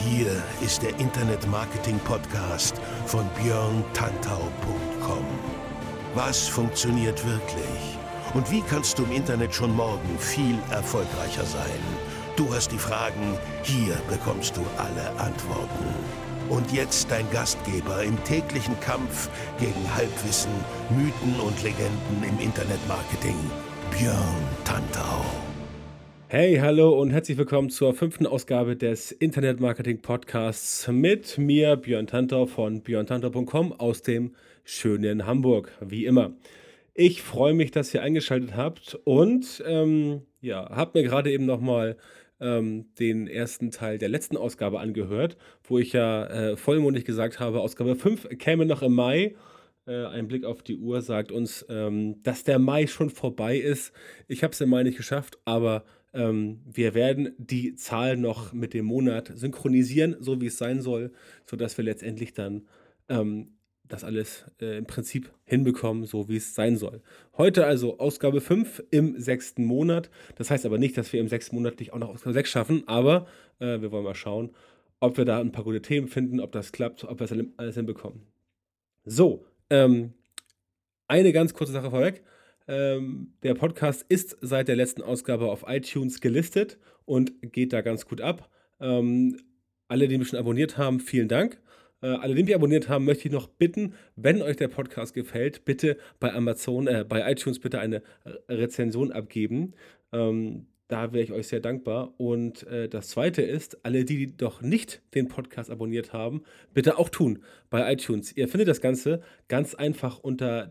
Hier ist der Internet-Marketing-Podcast von björntantau.com. Was funktioniert wirklich? Und wie kannst du im Internet schon morgen viel erfolgreicher sein? Du hast die Fragen, hier bekommst du alle Antworten. Und jetzt dein Gastgeber im täglichen Kampf gegen Halbwissen, Mythen und Legenden im Internetmarketing, Björn Tantau. Hey, hallo und herzlich willkommen zur 5. Ausgabe des Internet-Marketing-Podcasts mit mir, Björn Tantau von björntantau.com aus dem schönen Hamburg, wie immer. Ich freue mich, dass ihr eingeschaltet habt und habe mir gerade eben nochmal den ersten Teil der letzten Ausgabe angehört, wo ich ja vollmundig gesagt habe, Ausgabe 5 käme noch im Mai. Ein Blick auf die Uhr sagt uns, dass der Mai schon vorbei ist. Ich habe es im Mai nicht geschafft, aber wir werden die Zahl noch mit dem Monat synchronisieren, so wie es sein soll, sodass wir letztendlich dann das alles im Prinzip hinbekommen, so wie es sein soll. Heute also Ausgabe 5 im 6. Monat. Das heißt aber nicht, dass wir im 6. Monat nicht auch noch Ausgabe 6 schaffen, aber wir wollen mal schauen, ob wir da ein paar gute Themen finden, ob das klappt, ob wir das alles hinbekommen. So, eine ganz kurze Sache vorweg. Der Podcast ist seit der letzten Ausgabe auf iTunes gelistet und geht da ganz gut ab. Alle, die mich schon abonniert haben, vielen Dank. Alle, die mich abonniert haben, möchte ich noch bitten, wenn euch der Podcast gefällt, bitte bei bei iTunes bitte eine Rezension abgeben. Da wäre ich euch sehr dankbar. Und das Zweite ist, alle, die doch nicht den Podcast abonniert haben, bitte auch tun bei iTunes. Ihr findet das Ganze ganz einfach unter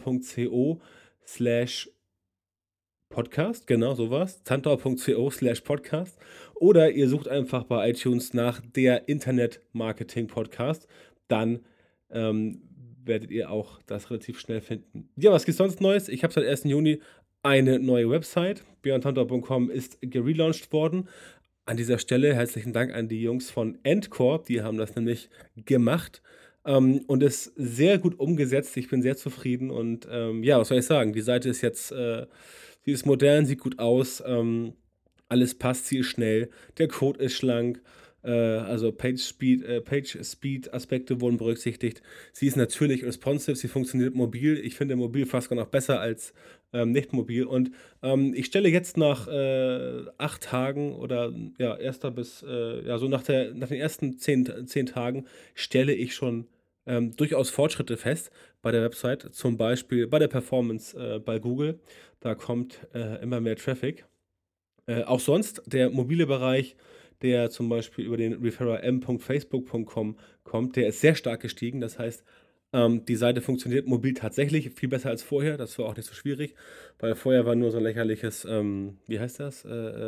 tantor.co/podcast, genau sowas, tantor.co/podcast, oder ihr sucht einfach bei iTunes nach der Internet-Marketing-Podcast, dann werdet ihr auch das relativ schnell finden. Ja, was gibt es sonst Neues? Ich habe seit 1. Juni eine neue Website, björntantau.com ist gelauncht worden. An dieser Stelle herzlichen Dank an die Jungs von Endcore, die haben das nämlich gemacht und ist sehr gut umgesetzt. Ich bin sehr zufrieden und was soll ich sagen, die Seite ist jetzt, sie ist modern, sieht gut aus, alles passt, sie ist schnell, der Code ist schlank, also Page-Speed-Aspekte wurden berücksichtigt. Sie ist natürlich responsive, sie funktioniert mobil. Ich finde mobil fast noch besser als nicht mobil. Und ich stelle jetzt nach 8 Tagen oder erster bis, so nach den ersten 10 Tagen stelle ich schon durchaus Fortschritte fest bei der Website, zum Beispiel bei der Performance bei Google. Da kommt immer mehr Traffic. Auch sonst der mobile Bereich, der zum Beispiel über den Referrer m.facebook.com kommt, der ist sehr stark gestiegen. Das heißt, die Seite funktioniert mobil tatsächlich viel besser als vorher. Das war auch nicht so schwierig, weil vorher war nur so ein lächerliches, wie heißt das?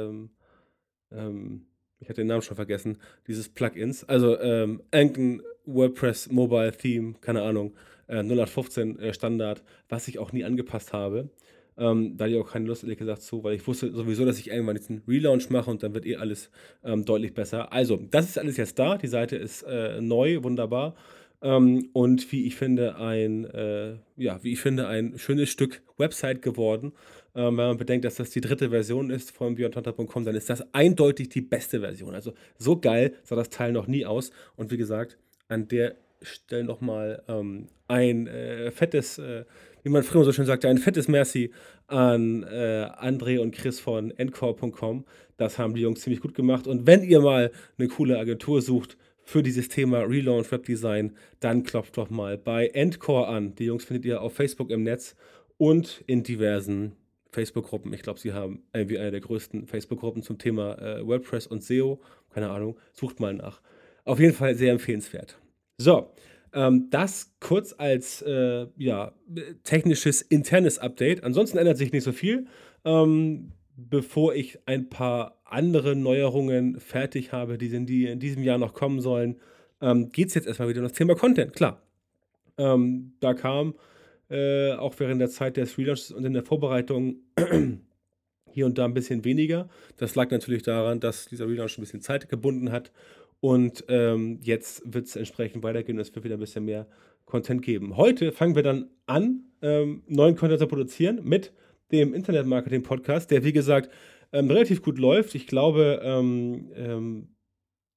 Ich hatte den Namen schon vergessen, dieses Plugins. Also irgendein WordPress Mobile Theme, keine Ahnung, 0815 Standard, was ich auch nie angepasst habe. Da hatte ich auch keine Lust, ehrlich gesagt, zu, weil ich wusste sowieso, dass ich irgendwann jetzt einen Relaunch mache und dann wird alles deutlich besser. Also, das ist alles jetzt da. Die Seite ist neu, wunderbar. Und wie ich finde, ein schönes Stück Website geworden. Wenn man bedenkt, dass das die 3. Version ist von björntantau.com, dann ist das eindeutig die beste Version. Also, so geil sah das Teil noch nie aus. Und wie gesagt, an der Stelle nochmal ein fettes, wie man früher so schön sagte, ein fettes Merci an André und Chris von Endcore.com. Das haben die Jungs ziemlich gut gemacht. Und wenn ihr mal eine coole Agentur sucht für dieses Thema Relaunch Webdesign, dann klopft doch mal bei Endcore an. Die Jungs findet ihr auf Facebook im Netz und in diversen Facebook-Gruppen. Ich glaube, sie haben irgendwie eine der größten Facebook-Gruppen zum Thema WordPress und SEO. Keine Ahnung, sucht mal nach. Auf jeden Fall sehr empfehlenswert. So, das kurz als technisches, internes Update. Ansonsten ändert sich nicht so viel. Bevor ich ein paar andere Neuerungen fertig habe, die in diesem Jahr noch kommen sollen, geht es jetzt erstmal wieder um das Thema Content. Klar, da kam auch während der Zeit des Relaunches und in der Vorbereitung hier und da ein bisschen weniger. Das lag natürlich daran, dass dieser Relaunch ein bisschen Zeit gebunden hat. Und jetzt wird es entsprechend weitergehen und es wird wieder ein bisschen mehr Content geben. Heute fangen wir dann an, neuen Content zu produzieren mit dem Internet-Marketing-Podcast, der wie gesagt relativ gut läuft. Ich glaube,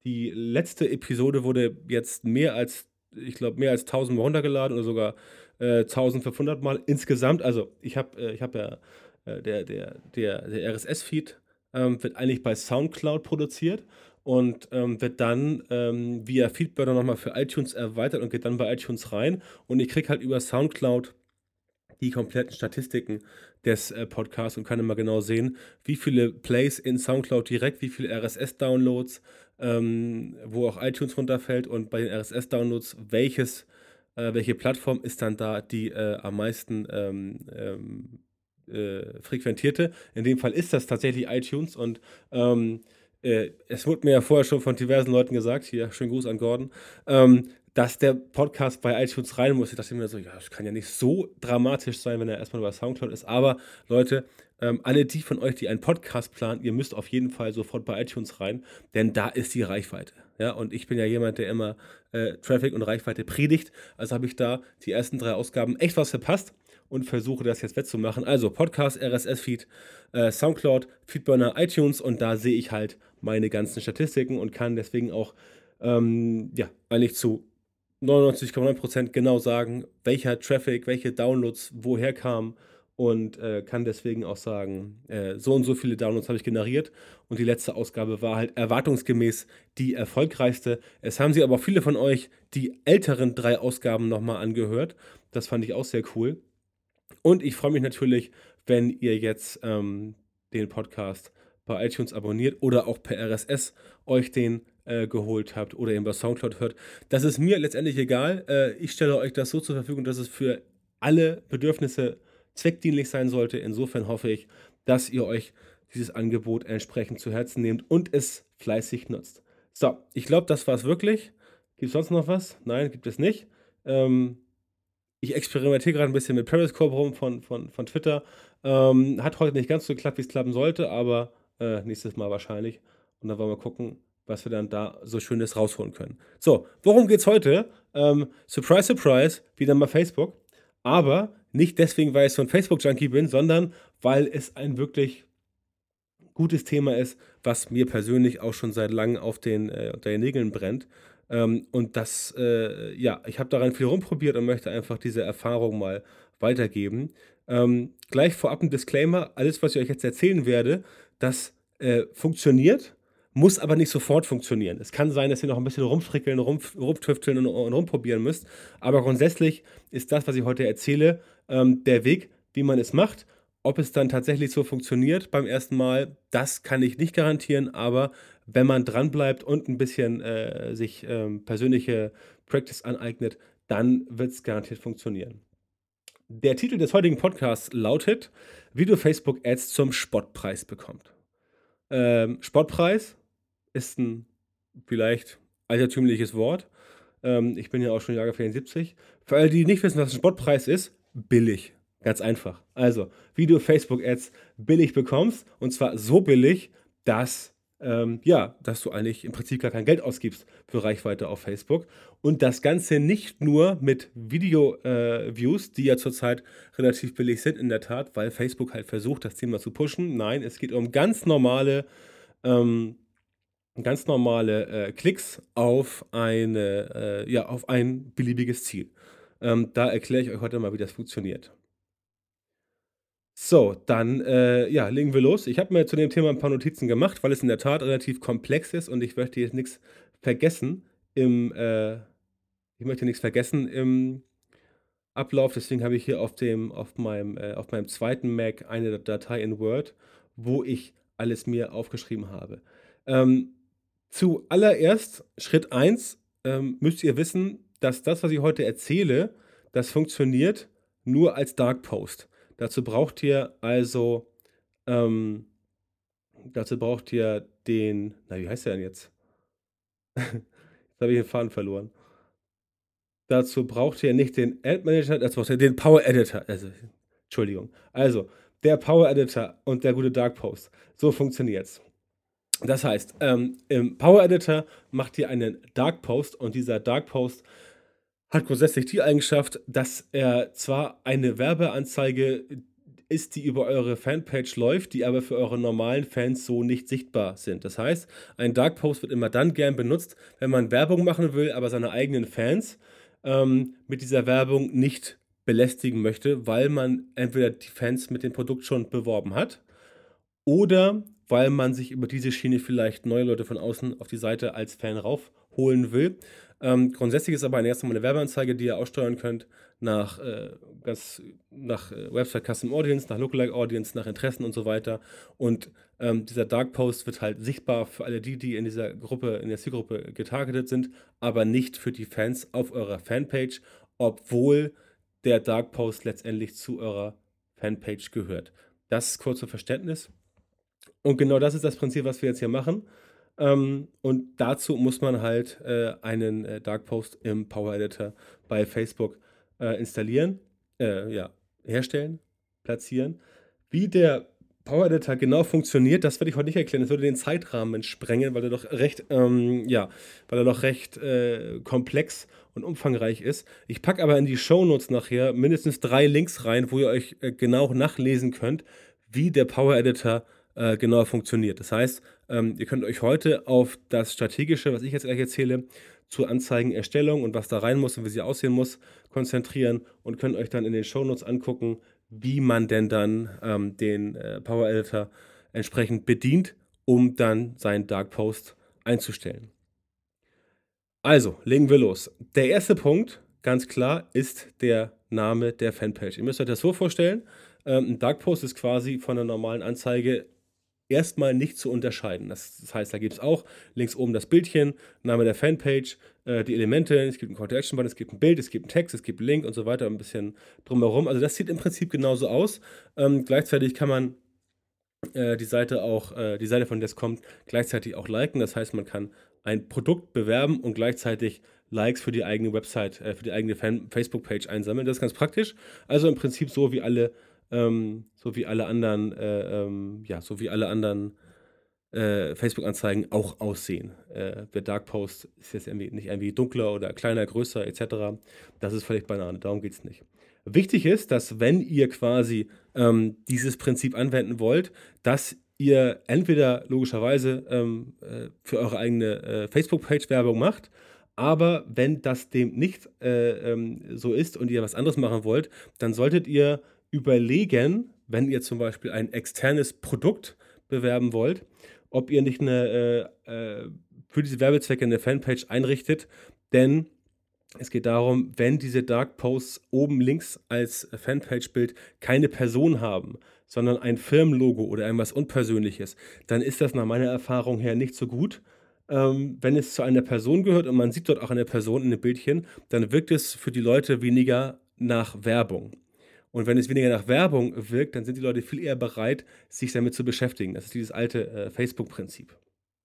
Die letzte Episode wurde jetzt mehr als 1000 Mal runtergeladen oder sogar 1500 Mal insgesamt. Also ich habe ja der RSS-Feed wird eigentlich bei SoundCloud produziert und wird dann via Feedburner nochmal für iTunes erweitert und geht dann bei iTunes rein. Und ich kriege halt über SoundCloud die kompletten Statistiken des Podcasts und kann immer genau sehen, wie viele Plays in SoundCloud direkt, wie viele RSS-Downloads, wo auch iTunes runterfällt und bei den RSS-Downloads, welche Plattform ist dann da die am meisten frequentierte. In dem Fall ist das tatsächlich iTunes und es wurde mir ja vorher schon von diversen Leuten gesagt, hier, schönen Gruß an Gordon, dass der Podcast bei iTunes rein muss. Ich dachte mir so, ja, das kann ja nicht so dramatisch sein, wenn er erstmal über Soundcloud ist. Aber Leute, alle die von euch, die einen Podcast planen, ihr müsst auf jeden Fall sofort bei iTunes rein, denn da ist die Reichweite. Ja, und ich bin ja jemand, der immer Traffic und Reichweite predigt. Also habe ich da die ersten 3 Ausgaben echt was verpasst und versuche das jetzt wettzumachen. Also Podcast, RSS-Feed, Soundcloud, Feedburner, iTunes und da sehe ich halt meine ganzen Statistiken und kann deswegen auch eigentlich zu 99,9% genau sagen, welcher Traffic, welche Downloads woher kamen und kann deswegen auch sagen, so und so viele Downloads habe ich generiert und die letzte Ausgabe war halt erwartungsgemäß die erfolgreichste. Es haben sich aber auch viele von euch die älteren 3 Ausgaben nochmal angehört. Das fand ich auch sehr cool. Und ich freue mich natürlich, wenn ihr jetzt den Podcast bei iTunes abonniert oder auch per RSS euch den geholt habt oder eben bei Soundcloud hört. Das ist mir letztendlich egal. Ich stelle euch das so zur Verfügung, dass es für alle Bedürfnisse zweckdienlich sein sollte. Insofern hoffe ich, dass ihr euch dieses Angebot entsprechend zu Herzen nehmt und es fleißig nutzt. So, ich glaube, das war es wirklich. Gibt es sonst noch was? Nein, gibt es nicht. Ich experimentiere gerade ein bisschen mit Periscope rum von Twitter. Hat heute nicht ganz so geklappt, wie es klappen sollte, aber nächstes Mal wahrscheinlich. Und dann wollen wir gucken, was wir dann da so Schönes rausholen können. So, worum geht's heute? Surprise, surprise, wieder mal Facebook. Aber nicht deswegen, weil ich so ein Facebook-Junkie bin, sondern weil es ein wirklich gutes Thema ist, was mir persönlich auch schon seit langem unter den Nägeln brennt. Und das, ich habe daran viel rumprobiert und möchte einfach diese Erfahrung mal weitergeben. Gleich vorab ein Disclaimer: Alles, was ich euch jetzt erzählen werde, das funktioniert, muss aber nicht sofort funktionieren. Es kann sein, dass ihr noch ein bisschen rumfrickeln, rumtüfteln und rumprobieren müsst. Aber grundsätzlich ist das, was ich heute erzähle, der Weg, wie man es macht. Ob es dann tatsächlich so funktioniert beim ersten Mal, das kann ich nicht garantieren, aber wenn man dranbleibt und ein bisschen sich persönliche Practice aneignet, dann wird es garantiert funktionieren. Der Titel des heutigen Podcasts lautet, wie du Facebook-Ads zum Spottpreis bekommst. Spottpreis ist ein vielleicht altertümliches Wort. Ich bin ja auch schon Jahrgang 74. Für alle, die nicht wissen, was ein Spottpreis ist, billig. Ganz einfach. Also, wie du Facebook-Ads billig bekommst, und zwar so billig, dass du eigentlich im Prinzip gar kein Geld ausgibst für Reichweite auf Facebook. Und das Ganze nicht nur mit Video-Views, die ja zurzeit relativ billig sind, in der Tat, weil Facebook halt versucht, das Thema zu pushen. Nein, es geht um ganz normale Klicks auf auf ein beliebiges Ziel. Da erkläre ich euch heute mal, wie das funktioniert. So, dann legen wir los. Ich habe mir zu dem Thema ein paar Notizen gemacht, weil es in der Tat relativ komplex ist und ich möchte jetzt nichts vergessen im Ablauf. Deswegen habe ich hier auf meinem zweiten Mac eine Datei in Word, wo ich alles mir aufgeschrieben habe. Zuallererst, Schritt 1, müsst ihr wissen, dass das, was ich heute erzähle, das funktioniert nur als Dark Post. Dazu braucht ihr also, den, wie heißt der denn jetzt? Jetzt habe ich den Faden verloren. Dazu braucht ihr nicht den Ad Manager, dazu braucht ihr den Power Editor. Entschuldigung. Also, der Power Editor und der gute Dark Post. So funktioniert's. Das heißt, im Power Editor macht ihr einen Dark Post und dieser Dark Post hat grundsätzlich die Eigenschaft, dass er zwar eine Werbeanzeige ist, die über eure Fanpage läuft, die aber für eure normalen Fans so nicht sichtbar sind. Das heißt, ein Dark Post wird immer dann gern benutzt, wenn man Werbung machen will, aber seine eigenen Fans mit dieser Werbung nicht belästigen möchte, weil man entweder die Fans mit dem Produkt schon beworben hat oder weil man sich über diese Schiene vielleicht neue Leute von außen auf die Seite als Fan raufholen will. Grundsätzlich ist aber erst einmal eine Werbeanzeige, die ihr aussteuern könnt nach Website Custom Audience, nach Lookalike Audience, nach Interessen und so weiter. Und dieser Dark Post wird halt sichtbar für alle die in dieser Gruppe, in der Zielgruppe getargetet sind, aber nicht für die Fans auf eurer Fanpage, obwohl der Dark Post letztendlich zu eurer Fanpage gehört. Das ist kurz zum Verständnis. Und genau das ist das Prinzip, was wir jetzt hier machen. Und dazu muss man halt einen Dark Post im Power Editor bei Facebook installieren, herstellen, platzieren. Wie der Power Editor genau funktioniert, das werde ich heute nicht erklären. Das würde den Zeitrahmen sprengen, weil er doch recht komplex und umfangreich ist. Ich packe aber in die Shownotes nachher mindestens 3 Links rein, wo ihr euch genau nachlesen könnt, wie der Power Editor genau funktioniert. Das heißt, ihr könnt euch heute auf das Strategische, was ich jetzt gleich erzähle, zur Anzeigenerstellung und was da rein muss und wie sie aussehen muss, konzentrieren und könnt euch dann in den Shownotes angucken, wie man denn dann den Power Editor entsprechend bedient, um dann seinen Dark Post einzustellen. Also, legen wir los. Der erste Punkt, ganz klar, ist der Name der Fanpage. Ihr müsst euch das so vorstellen, ein Dark Post ist quasi von einer normalen Anzeige erstmal nicht zu unterscheiden. Das heißt, da gibt es auch links oben das Bildchen, Name der Fanpage, die Elemente, es gibt einen Call to Action Button, es gibt ein Bild, es gibt einen Text, es gibt einen Link und so weiter, ein bisschen drumherum. Also das sieht im Prinzip genauso aus. Gleichzeitig kann man die Seite von der es kommt, gleichzeitig auch liken. Das heißt, man kann ein Produkt bewerben und gleichzeitig Likes für die eigene Website, für die eigene Facebook-Page einsammeln. Das ist ganz praktisch. Also im Prinzip so wie alle anderen Facebook-Anzeigen auch aussehen. Der Dark Post ist jetzt nicht irgendwie dunkler oder kleiner, größer etc. Das ist völlig Banane, darum geht es nicht. Wichtig ist, dass wenn ihr quasi dieses Prinzip anwenden wollt, dass ihr entweder logischerweise für eure eigene Facebook-Page Werbung macht, aber wenn das dem nicht so ist und ihr was anderes machen wollt, dann solltet ihr überlegen, wenn ihr zum Beispiel ein externes Produkt bewerben wollt, ob ihr nicht für diese Werbezwecke eine Fanpage einrichtet, denn es geht darum, wenn diese Dark Posts oben links als Fanpage-Bild keine Person haben, sondern ein Firmenlogo oder irgendwas Unpersönliches, dann ist das nach meiner Erfahrung her nicht so gut. Wenn es zu einer Person gehört und man sieht dort auch eine Person in dem Bildchen, dann wirkt es für die Leute weniger nach Werbung. Und wenn es weniger nach Werbung wirkt, dann sind die Leute viel eher bereit, sich damit zu beschäftigen. Das ist dieses alte Facebook-Prinzip.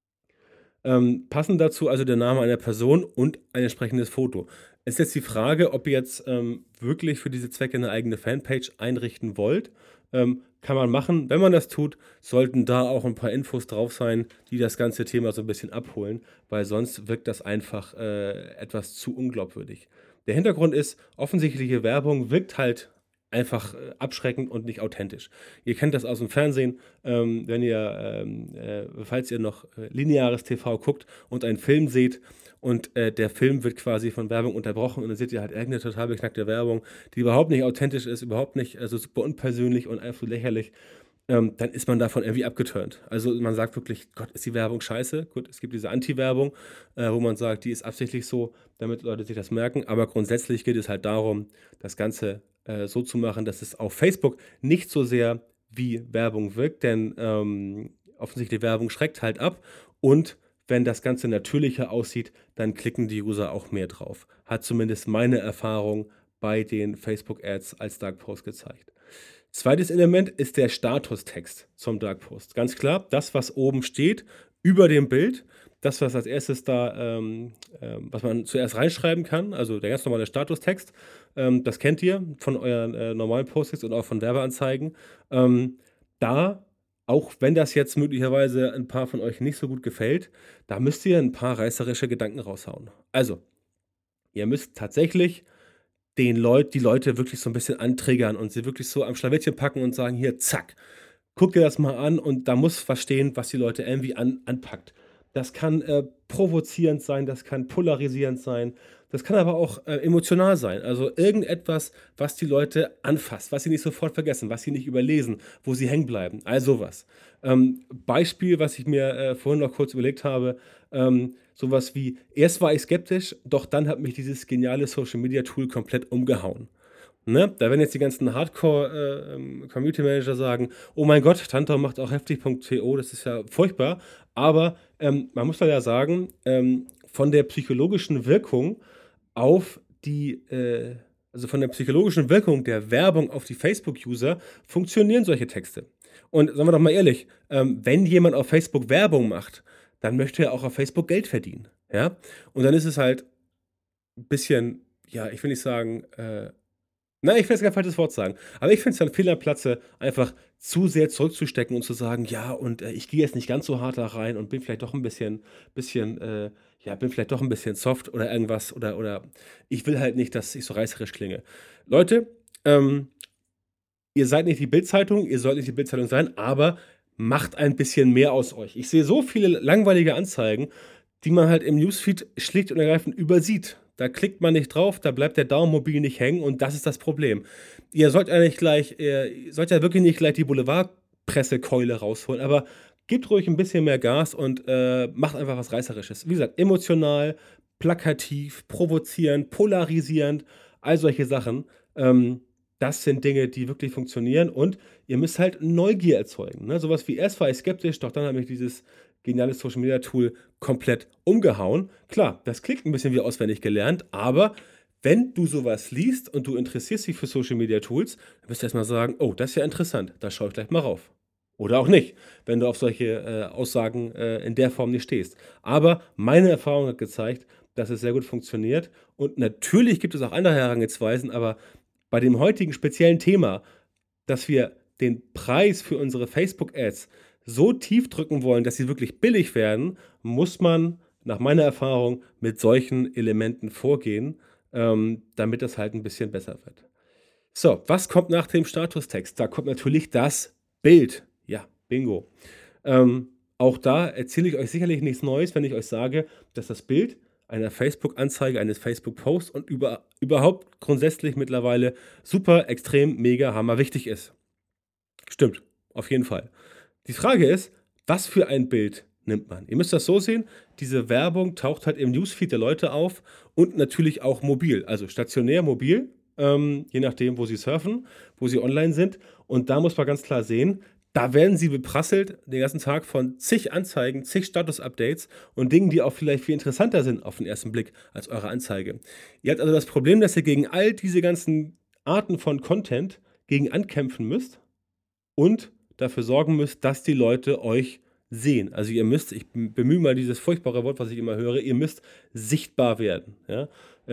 Passend dazu also der Name einer Person und ein entsprechendes Foto. Es ist jetzt die Frage, ob ihr jetzt wirklich für diese Zwecke eine eigene Fanpage einrichten wollt. Kann man machen. Wenn man das tut, sollten da auch ein paar Infos drauf sein, die das ganze Thema so ein bisschen abholen, weil sonst wirkt das einfach etwas zu unglaubwürdig. Der Hintergrund ist, offensichtliche Werbung wirkt halt einfach abschreckend und nicht authentisch. Ihr kennt das aus dem Fernsehen, falls ihr noch lineares TV guckt und einen Film seht und der Film wird quasi von Werbung unterbrochen und dann seht ihr halt irgendeine total beknackte Werbung, die überhaupt nicht authentisch ist, überhaupt nicht, also super unpersönlich und einfach lächerlich, dann ist man davon irgendwie abgeturnt. Also man sagt wirklich, Gott, ist die Werbung scheiße? Gut, es gibt diese Anti-Werbung, wo man sagt, die ist absichtlich so, damit Leute sich das merken, aber grundsätzlich geht es halt darum, das Ganze so zu machen, dass es auf Facebook nicht so sehr wie Werbung wirkt, denn offensichtlich Werbung schreckt halt ab und wenn das Ganze natürlicher aussieht, dann klicken die User auch mehr drauf. Hat zumindest meine Erfahrung bei den Facebook-Ads als Dark Post gezeigt. Zweites Element ist der Statustext zum Dark Post. Ganz klar, das, was oben steht, über dem Bild, das, was als erstes da, was man zuerst reinschreiben kann, also der ganz normale Statustext, das kennt ihr von euren normalen Postings und auch von Werbeanzeigen. Da, auch wenn das jetzt möglicherweise ein paar von euch nicht so gut gefällt, da müsst ihr ein paar reißerische Gedanken raushauen. Also, ihr müsst tatsächlich die Leute wirklich so ein bisschen antriggern und sie wirklich so am Schlawittchen packen und sagen: „Hier, zack, guck dir das mal an“, und da muss was stehen, was die Leute irgendwie anpackt. Das kann, provozierend sein, das kann polarisierend sein, das kann aber auch, emotional sein. Also, irgendetwas, was die Leute anfasst, was sie nicht sofort vergessen, was sie nicht überlesen, wo sie hängen bleiben, all sowas. Beispiel, was ich mir, vorhin noch kurz überlegt habe, so wie: „Erst war ich skeptisch, doch dann hat mich dieses geniale Social-Media-Tool komplett umgehauen.“ Ne? Da werden jetzt die ganzen Hardcore, Community Manager sagen: „Oh mein Gott, Tantor macht auch heftig.to, das ist ja furchtbar.“ Aber, man muss ja sagen, von der psychologischen Wirkung auf die also von der psychologischen Wirkung der Werbung auf die Facebook-User funktionieren solche Texte. Und sagen wir doch mal ehrlich, wenn jemand auf Facebook Werbung macht, dann möchte er auch auf Facebook Geld verdienen, ja? Und dann ist es halt 'n bisschen, ja, ich will nicht sagen, nein, ich will jetzt kein falsches Wort sagen. Aber ich finde es dann fehl am Platze, einfach zu sehr zurückzustecken und zu sagen: „Ja, und, ich gehe jetzt nicht ganz so hart da rein und bin vielleicht doch ein bisschen, ja, bin vielleicht doch ein bisschen soft oder irgendwas, oder ich will halt nicht, dass ich so reißerisch klinge.“ Leute, ähm, ihr seid nicht die Bildzeitung, ihr sollt nicht die Bildzeitung sein, aber macht ein bisschen mehr aus euch. Ich sehe so viele langweilige Anzeigen, die man halt im Newsfeed schlicht und ergreifend übersieht. Da klickt man nicht drauf, da bleibt der Daumen mobil nicht hängen, und das ist das Problem. Ihr sollt ja wirklich nicht gleich die Boulevardpressekeule rausholen, aber gebt ruhig ein bisschen mehr Gas und, macht einfach was Reißerisches. Wie gesagt, emotional, plakativ, provozierend, polarisierend, all solche Sachen. Das sind Dinge, die wirklich funktionieren, und ihr müsst halt Neugier erzeugen, ne? So wie: „Erst war ich skeptisch, doch dann hat mich dieses geniale Social-Media-Tool komplett umgehauen.“ Klar, das klingt ein bisschen wie auswendig gelernt, aber wenn du sowas liest und du interessierst dich für Social-Media-Tools, dann wirst du erst mal sagen: „Oh, das ist ja interessant, da schaue ich gleich mal rauf.“ Oder auch nicht, wenn du auf solche, Aussagen, in der Form nicht stehst. Aber meine Erfahrung hat gezeigt, dass es sehr gut funktioniert, und natürlich gibt es auch andere Herangehensweisen, aber bei dem heutigen speziellen Thema, dass wir den Preis für unsere Facebook-Ads so tief drücken wollen, dass sie wirklich billig werden, muss man nach meiner Erfahrung mit solchen Elementen vorgehen, damit das halt ein bisschen besser wird. So, was kommt nach dem Statustext? Da kommt natürlich das Bild. Ja, bingo. Ähm, Auch da erzähle ich euch sicherlich nichts Neues, wenn ich euch sage, dass das Bild einer Facebook-Anzeige, eines Facebook-Posts und überhaupt grundsätzlich mittlerweile super, extrem, mega, hammer wichtig ist. Stimmt, auf jeden Fall. Die Frage ist, was für ein Bild nimmt man? Ihr müsst das so sehen, diese Werbung taucht halt im Newsfeed der Leute auf und natürlich auch mobil, also stationär, mobil, je nachdem, wo sie surfen, wo sie online sind. Und da muss man ganz klar sehen, da werden sie beprasselt den ganzen Tag von zig Anzeigen, zig Status-Updates und Dingen, die auch vielleicht viel interessanter sind auf den ersten Blick als eure Anzeige. Ihr habt also das Problem, dass ihr gegen all diese ganzen Arten von Content gegen ankämpfen müsst und dafür sorgen müsst, dass die Leute euch sehen. Also ihr müsst, ich bemühe mal dieses furchtbare Wort, was ich immer höre, ihr müsst sichtbar werden. Ja?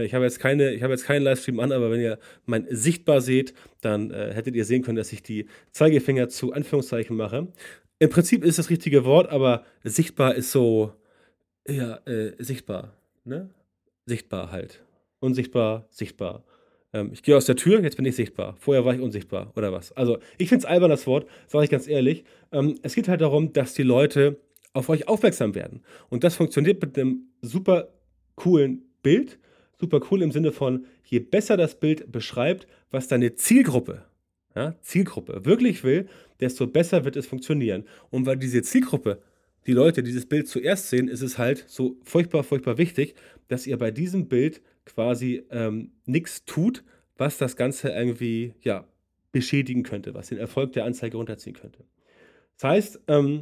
Ich habe jetzt keinen Livestream an, aber wenn ihr mein sichtbar seht, dann hättet ihr sehen können, dass ich die Zeigefinger zu Anführungszeichen mache. Im Prinzip ist das richtige Wort, aber sichtbar ist so, ja, sichtbar. Ne? Sichtbar halt. Unsichtbar, sichtbar. Ich gehe aus der Tür, jetzt bin ich sichtbar. Vorher war ich unsichtbar oder was? Also, ich finde es albern, das Wort, sage ich ganz ehrlich. Es geht halt darum, dass die Leute auf euch aufmerksam werden. Und das funktioniert mit einem super coolen Bild. Super cool im Sinne von, je besser das Bild beschreibt, was deine Zielgruppe, ja, Zielgruppe wirklich will, desto besser wird es funktionieren. Und weil diese Zielgruppe, die Leute dieses Bild zuerst sehen, ist es halt so furchtbar, furchtbar wichtig, dass ihr bei diesem Bild quasi nichts tut, was das Ganze irgendwie, ja, beschädigen könnte, was den Erfolg der Anzeige runterziehen könnte. Das heißt,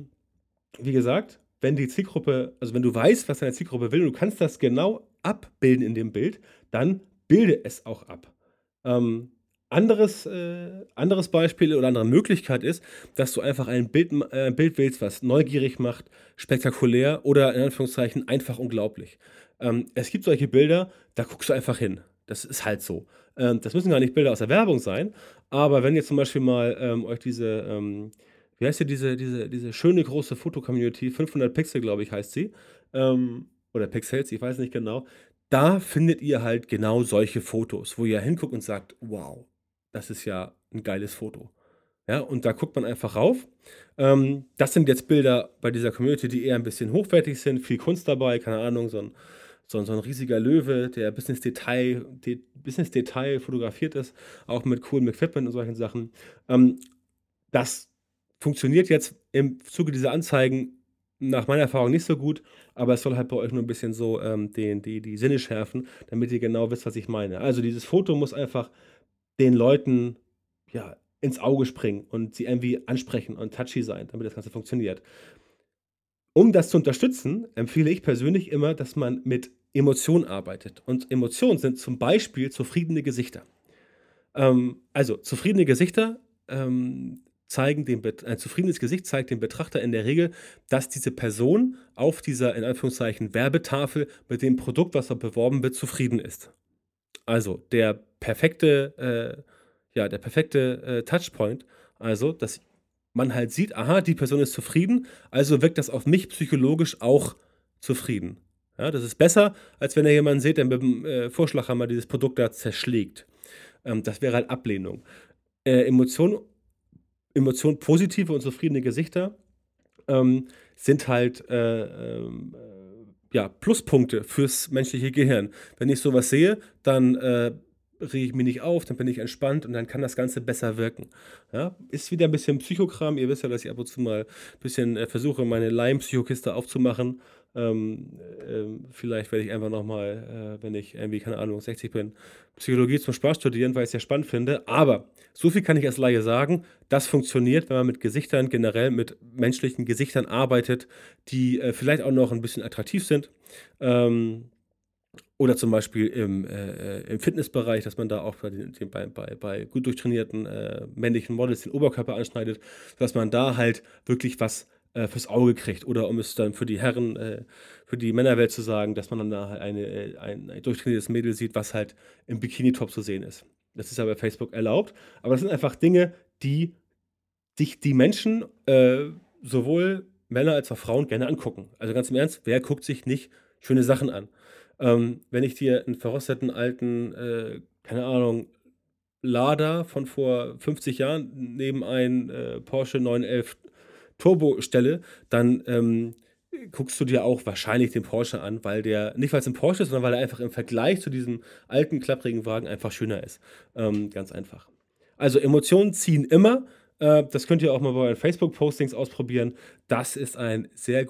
wie gesagt, wenn die Zielgruppe, also wenn du weißt, was deine Zielgruppe will und du kannst das genau abbilden in dem Bild, dann bilde es auch ab. Ähm, anderes Beispiel oder andere Möglichkeit ist, dass du einfach ein Bild wählst, was neugierig macht, spektakulär oder in Anführungszeichen einfach unglaublich. Es gibt solche Bilder, da guckst du einfach hin. Das ist halt so. Das müssen gar nicht Bilder aus der Werbung sein, aber wenn ihr zum Beispiel mal euch wie heißt diese schöne große Foto-Community, 500 Pixel, glaube ich, heißt sie, oder Pixels, ich weiß nicht genau. da findet ihr halt genau solche Fotos, wo ihr hinguckt und sagt: „Wow, das ist ja ein geiles Foto.“ Ja, und da guckt man einfach rauf. Das sind jetzt Bilder bei dieser Community, die eher ein bisschen hochwertig sind, viel Kunst dabei, keine Ahnung, so 'n riesiger Löwe, der bis ins Detail fotografiert ist, auch mit coolem Equipment und solchen Sachen. Das funktioniert jetzt im Zuge dieser Anzeigen nach meiner Erfahrung nicht so gut, aber es soll halt bei euch nur 'n bisschen so, die Sinne schärfen, damit ihr genau wisst, was ich meine. Also, dieses Foto muss einfach den Leuten, ja, ins Auge springen und sie irgendwie ansprechen und touchy sein, damit das Ganze funktioniert. Um das zu unterstützen, empfehle ich persönlich immer, dass man mit Emotionen arbeitet. Und Emotionen sind zum Beispiel zufriedene Gesichter. Also, zufriedene Gesichter, zeigen dem Bet ein zufriedenes Gesicht zeigt dem Betrachter in der Regel, dass diese Person auf dieser, in Anführungszeichen, Werbetafel mit dem Produkt, was dort beworben wird, zufrieden ist. Also, der perfekte Touchpoint, also, dass man halt sieht: „Aha, die Person ist zufrieden, also wirkt das auf mich psychologisch auch zufrieden.“ Ja, das ist besser, als wenn ihr jemanden seht, der mit dem Vorschlaghammer dieses Produkt da zerschlägt. Das wäre halt Ablehnung. Emotionen positive und zufriedene Gesichter, sind halt, ja, Pluspunkte fürs menschliche Gehirn. Wenn ich sowas sehe, dann, rege ich mich nicht auf, dann bin ich entspannt und dann kann das Ganze besser wirken. Ja, ist wieder ein bisschen Psychokram. Ihr wisst ja, dass ich ab und zu mal ein bisschen, versuche, meine Leim-Psychokiste aufzumachen. Vielleicht werde ich einfach noch mal, wenn ich irgendwie, keine Ahnung, 60 bin, Psychologie zum Spaß studieren, weil ich's sehr spannend finde. Aber so viel kann ich als Laie sagen, das funktioniert, wenn man mit Gesichtern, generell mit menschlichen Gesichtern arbeitet, die, vielleicht auch noch ein bisschen attraktiv sind. Ähm, oder zum Beispiel im Fitnessbereich, dass man da auch bei gut durchtrainierten, männlichen Models den Oberkörper anschneidet, dass man da halt wirklich was, fürs Auge kriegt. Oder um es dann für die Männerwelt zu sagen, dass man dann da halt ein durchtrainiertes Mädel sieht, was halt im Bikinitop zu sehen ist. Das ist ja bei Facebook erlaubt, aber das sind einfach Dinge, die sich die Menschen, sowohl Männer als auch Frauen, gerne angucken. Also ganz im Ernst, wer guckt sich nicht schöne Sachen an? Wenn ich dir einen verrosteten alten, keine Ahnung, Lada von vor 50 Jahren neben einen, Porsche 911 Turbo stelle, dann, guckst du dir auch wahrscheinlich den Porsche an, weil der nicht, weil es ein Porsche ist, sondern weil er einfach im Vergleich zu diesem alten, klapprigen Wagen einfach schöner ist. Ganz einfach. Also, Emotionen ziehen immer. Das könnt ihr auch mal bei euren Facebook-Postings ausprobieren. Das ist ein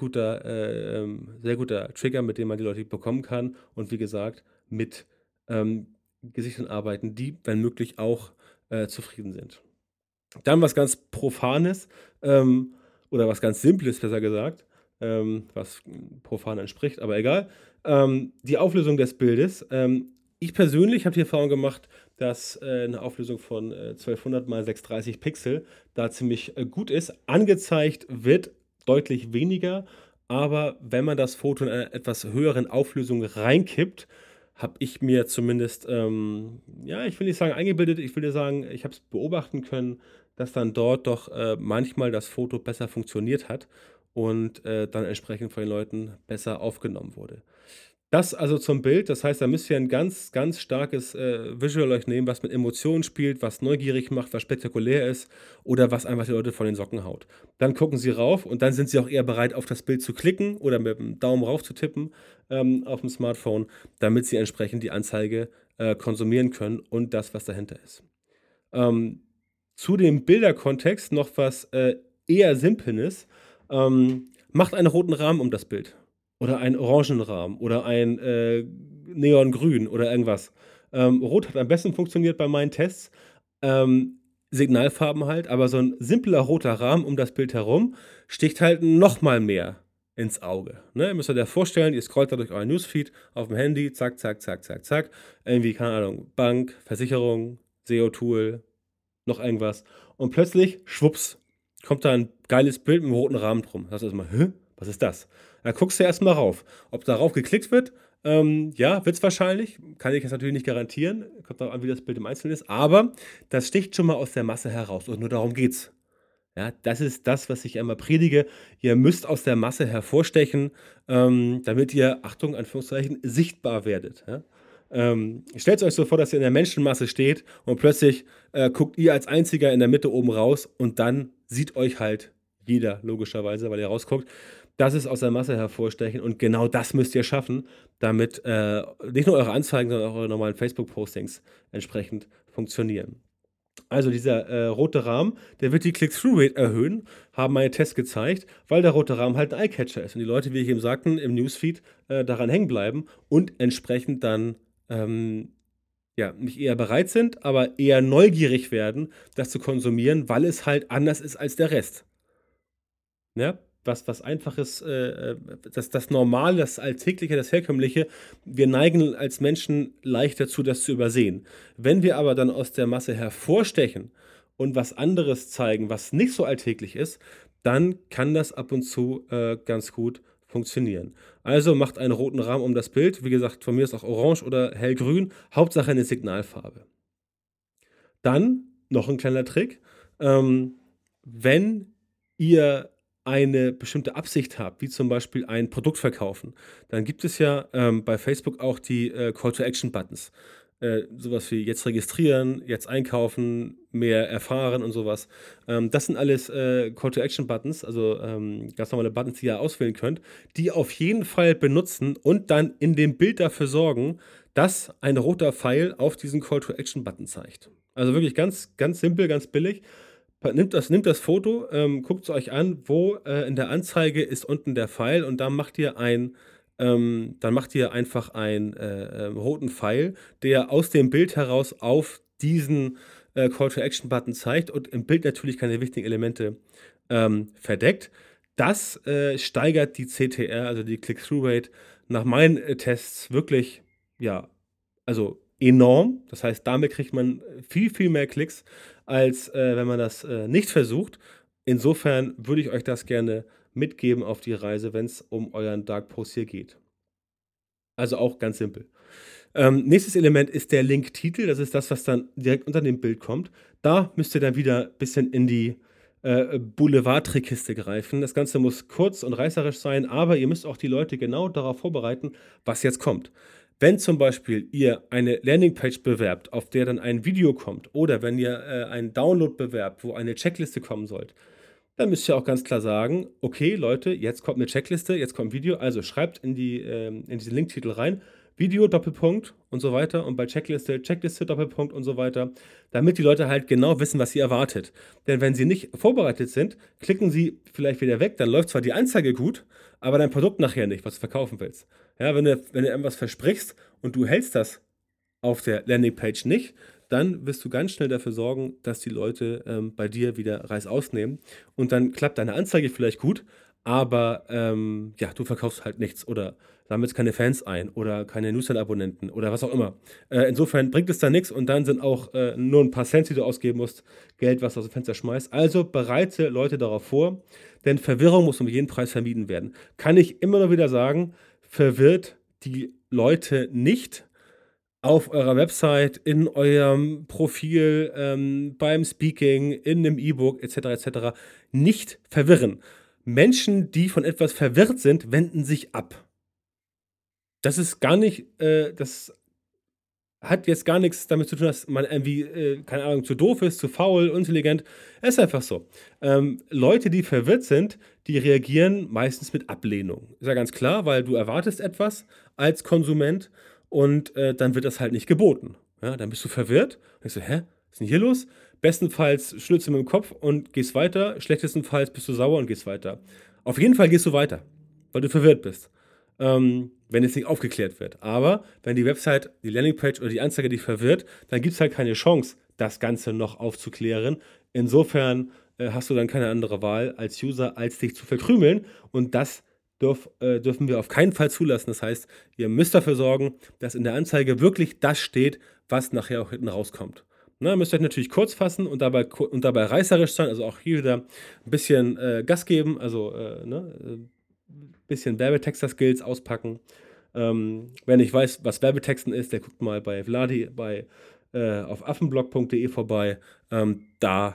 sehr guter Trigger, mit dem man die Leute bekommen kann und wie gesagt, mit, Gesichtern arbeiten, die, wenn möglich, auch, zufrieden sind. Dann was ganz Profanes, oder was ganz Simples, besser gesagt, was profan entspricht, aber egal. Die Auflösung des Bildes. Ich persönlich habe die Erfahrung gemacht, dass, 'ne Auflösung von, 1200 mal 630 Pixel da ziemlich, gut ist. Angezeigt wird deutlich weniger, aber wenn man das Foto in einer etwas höheren Auflösung reinkippt, habe ich mir zumindest, ja, ich will nicht sagen eingebildet, ich will dir sagen, ich habe es beobachten können, dass dann dort doch, manchmal das Foto besser funktioniert hat und, dann entsprechend von den Leuten besser aufgenommen wurde. Das also zum Bild. Das heißt, da müsst ihr ein ganz, ganz starkes, Visual euch nehmen, was mit Emotionen spielt, was neugierig macht, was spektakulär ist oder was einfach die Leute von den Socken haut. Dann gucken sie rauf und dann sind sie auch eher bereit, auf das Bild zu klicken oder mit dem Daumen rauf zu tippen, auf dem Smartphone, damit sie entsprechend die Anzeige, konsumieren können und das, was dahinter ist. Ähm, zu dem Bilderkontext noch was, eher Simples. Macht einen roten Rahmen um das Bild oder einen orangen Rahmen oder ein, Neongrün oder irgendwas. Rot hat am besten funktioniert bei meinen Tests. Signalfarben halt, aber so ein simpler roter Rahmen um das Bild herum sticht halt noch mal mehr ins Auge, ne? Ihr müsst euch ja vorstellen, ihr scrollt da durch euren Newsfeed auf dem Handy, zack, zack, zack, zack, zack. Irgendwie, keine Ahnung, Bank, Versicherung, SEO-Tool, noch irgendwas. Und plötzlich, schwupps, kommt da ein geiles Bild mit 'nem roten Rahmen drum. Da sagst du erst mal: „Hä, was ist das?“ Da guckst du erst mal rauf. Ob darauf geklickt wird, ja, wird's wahrscheinlich. Kann ich jetzt natürlich nicht garantieren. Kommt drauf an, wie das Bild im Einzelnen ist, aber das sticht schon mal aus der Masse heraus und nur darum geht's. Ja, das ist das, was ich einmal predige. Ihr müsst aus der Masse hervorstechen, damit ihr, Achtung, Anführungszeichen, sichtbar werdet. Ja? Stellt euch so vor, dass ihr in der Menschenmasse steht und plötzlich guckt ihr als Einziger in der Mitte oben raus und dann sieht euch halt jeder, logischerweise, weil ihr rausguckt. Das ist aus der Masse hervorstechen und genau das müsst ihr schaffen, damit nicht nur eure Anzeigen, sondern auch eure normalen Facebook-Postings entsprechend funktionieren. Also dieser rote Rahmen, der wird die Click-Through-Rate erhöhen, haben meine Tests gezeigt, weil der rote Rahmen halt ein Eyecatcher ist und die Leute, wie ich eben sagten, im Newsfeed daran hängen bleiben und entsprechend dann ja, nicht eher bereit sind, aber eher neugierig werden, das zu konsumieren, weil es halt anders ist als der Rest. Ja, was Einfaches, das Normale, das Alltägliche, das Herkömmliche, wir neigen als Menschen leicht dazu, das zu übersehen. Wenn wir aber dann aus der Masse hervorstechen und was anderes zeigen, was nicht so alltäglich ist, dann kann das ab und zu ganz gut funktionieren. Also macht einen roten Rahmen um das Bild. Wie gesagt, von mir ist auch orange oder hellgrün. Hauptsache eine Signalfarbe. Dann noch ein kleiner Trick. Wenn ihr eine bestimmte Absicht habt, wie zum Beispiel ein Produkt verkaufen, dann gibt es ja bei Facebook auch die Call-to-Action-Buttons. Sowas wie jetzt registrieren, jetzt einkaufen, mehr erfahren und sowas. Das sind alles Call-to-Action-Buttons, also ganz normale Buttons, die ihr auswählen könnt, die auf jeden Fall benutzen und dann in dem Bild dafür sorgen, dass ein roter Pfeil auf diesen Call-to-Action-Button zeigt. Also wirklich ganz, ganz simpel, ganz billig. Nimmt das Foto, guckt es euch an, wo in der Anzeige ist unten der Pfeil und dann macht ihr einfach einen roten Pfeil, der aus dem Bild heraus auf diesen Call-to-Action-Button zeigt und im Bild natürlich keine wichtigen Elemente verdeckt. Das steigert die CTR, also die Click-Through-Rate, nach meinen Tests wirklich, ja, also enorm. Das heißt, damit kriegt man viel, viel mehr Klicks, als wenn man das nicht versucht. Insofern würde ich euch das gerne mitgeben auf die Reise, wenn es um euren Dark Post hier geht. Also auch ganz simpel. Nächstes Element ist der Link-Titel. Das ist das, was dann direkt unter dem Bild kommt. Da müsst ihr dann wieder ein bisschen in die Boulevard-Trickkiste greifen. Das Ganze muss kurz und reißerisch sein, aber ihr müsst auch die Leute genau darauf vorbereiten, was jetzt kommt. Wenn zum Beispiel ihr eine Landingpage bewerbt, auf der dann ein Video kommt, oder wenn ihr einen Download bewerbt, wo eine Checkliste kommen soll, dann müsst ihr auch ganz klar sagen, okay, Leute, jetzt kommt eine Checkliste, jetzt kommt ein Video, also schreibt in diesen Linktitel rein, Video, Doppelpunkt und so weiter und bei Checkliste, Checkliste, Doppelpunkt und so weiter, damit die Leute halt genau wissen, was sie erwartet. Denn wenn sie nicht vorbereitet sind, klicken sie vielleicht wieder weg, dann läuft zwar die Anzeige gut, aber dein Produkt nachher nicht, was du verkaufen willst. Ja, wenn du irgendwas versprichst und du hältst das auf der Landingpage nicht, dann wirst du ganz schnell dafür sorgen, dass die Leute bei dir wieder Reißaus nehmen und dann klappt deine Anzeige vielleicht gut, aber ja, du verkaufst halt nichts oder sammelst keine Fans ein oder keine Newsletter-Abonnenten oder was auch immer. Insofern bringt es da nichts und dann sind auch nur ein paar Cent, die du ausgeben musst, Geld, was du aus dem Fenster schmeißt. Also bereite Leute darauf vor, denn Verwirrung muss um jeden Preis vermieden werden. Kann ich immer noch wieder sagen, verwirrt die Leute nicht auf eurer Website, in eurem Profil, beim Speaking, in einem E-Book etc. nicht verwirren. Menschen, die von etwas verwirrt sind, wenden sich ab. Das ist gar nicht, das hat jetzt gar nichts damit zu tun, dass man irgendwie, keine Ahnung, zu doof ist, zu faul, unintelligent. Es ist einfach so. Leute, die verwirrt sind, die reagieren meistens mit Ablehnung. Ist ja ganz klar, weil du erwartest etwas als Konsument und dann wird das halt nicht geboten. Ja, dann bist du verwirrt und denkst du, hä, was ist denn hier los? Bestenfalls schüttelst du mit dem Kopf und gehst weiter. Schlechtestenfalls bist du sauer und gehst weiter. Auf jeden Fall gehst du weiter, weil du verwirrt bist. Wenn es nicht aufgeklärt wird. Aber wenn die Website, die Landingpage oder die Anzeige dich verwirrt, dann gibt es halt keine Chance, das Ganze noch aufzuklären. Insofern hast du dann keine andere Wahl als User, als dich zu verkrümeln. Und das dürfen wir auf keinen Fall zulassen. Das heißt, ihr müsst dafür sorgen, dass in der Anzeige wirklich das steht, was nachher auch hinten rauskommt. Na, müsst euch natürlich kurz fassen und dabei reißerisch sein, also auch hier wieder ein bisschen Gas geben, also bisschen Werbetexter-Skills auspacken. Wer nicht weiß, was Werbetexten ist, der guckt mal bei Vladi auf affenblog.de vorbei. Da